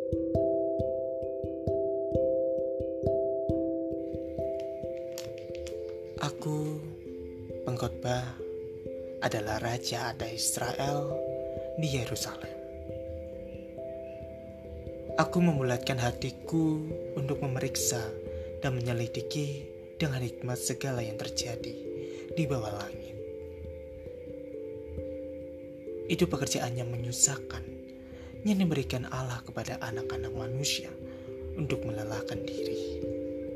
Aku, pengkhotbah, adalah raja atas Israel di Yerusalem. Aku membulatkan hatiku untuk memeriksa dan menyelidiki dengan hikmat segala yang terjadi di bawah langit. Itu pekerjaan yang menyusahkan yang diberikan Allah kepada anak-anak manusia untuk melelahkan diri.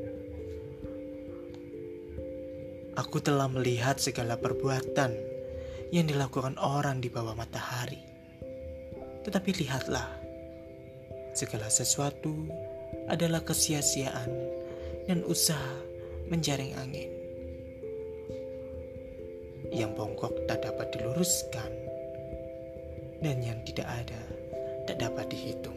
Aku telah melihat segala perbuatan yang dilakukan orang di bawah matahari. Tetapi lihatlah, segala sesuatu adalah kesia-siaan dan usaha menjaring angin. Yang bongkok tak dapat diluruskan, dan yang tidak ada tak dapat dihitung.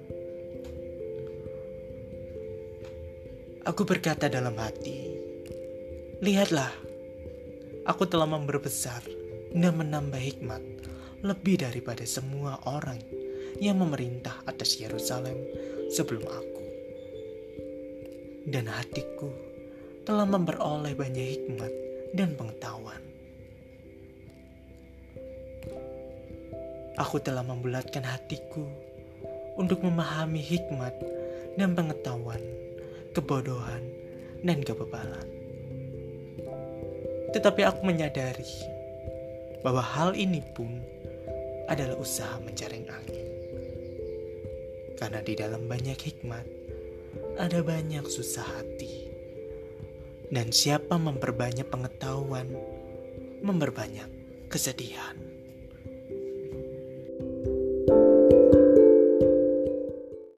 Aku berkata dalam hati, lihatlah, aku telah memperbesar dan menambah hikmat lebih daripada semua orang yang memerintah atas Yerusalem sebelum aku. Dan hatiku telah memperoleh banyak hikmat dan pengetahuan. Aku telah membulatkan hatiku untuk memahami hikmat dan pengetahuan, kebodohan dan kebebalan. Tetapi aku menyadari bahwa hal ini pun adalah usaha menjaring angin. Karena di dalam banyak hikmat ada banyak susah hati. Dan siapa memperbanyak pengetahuan, memperbanyak kesedihan.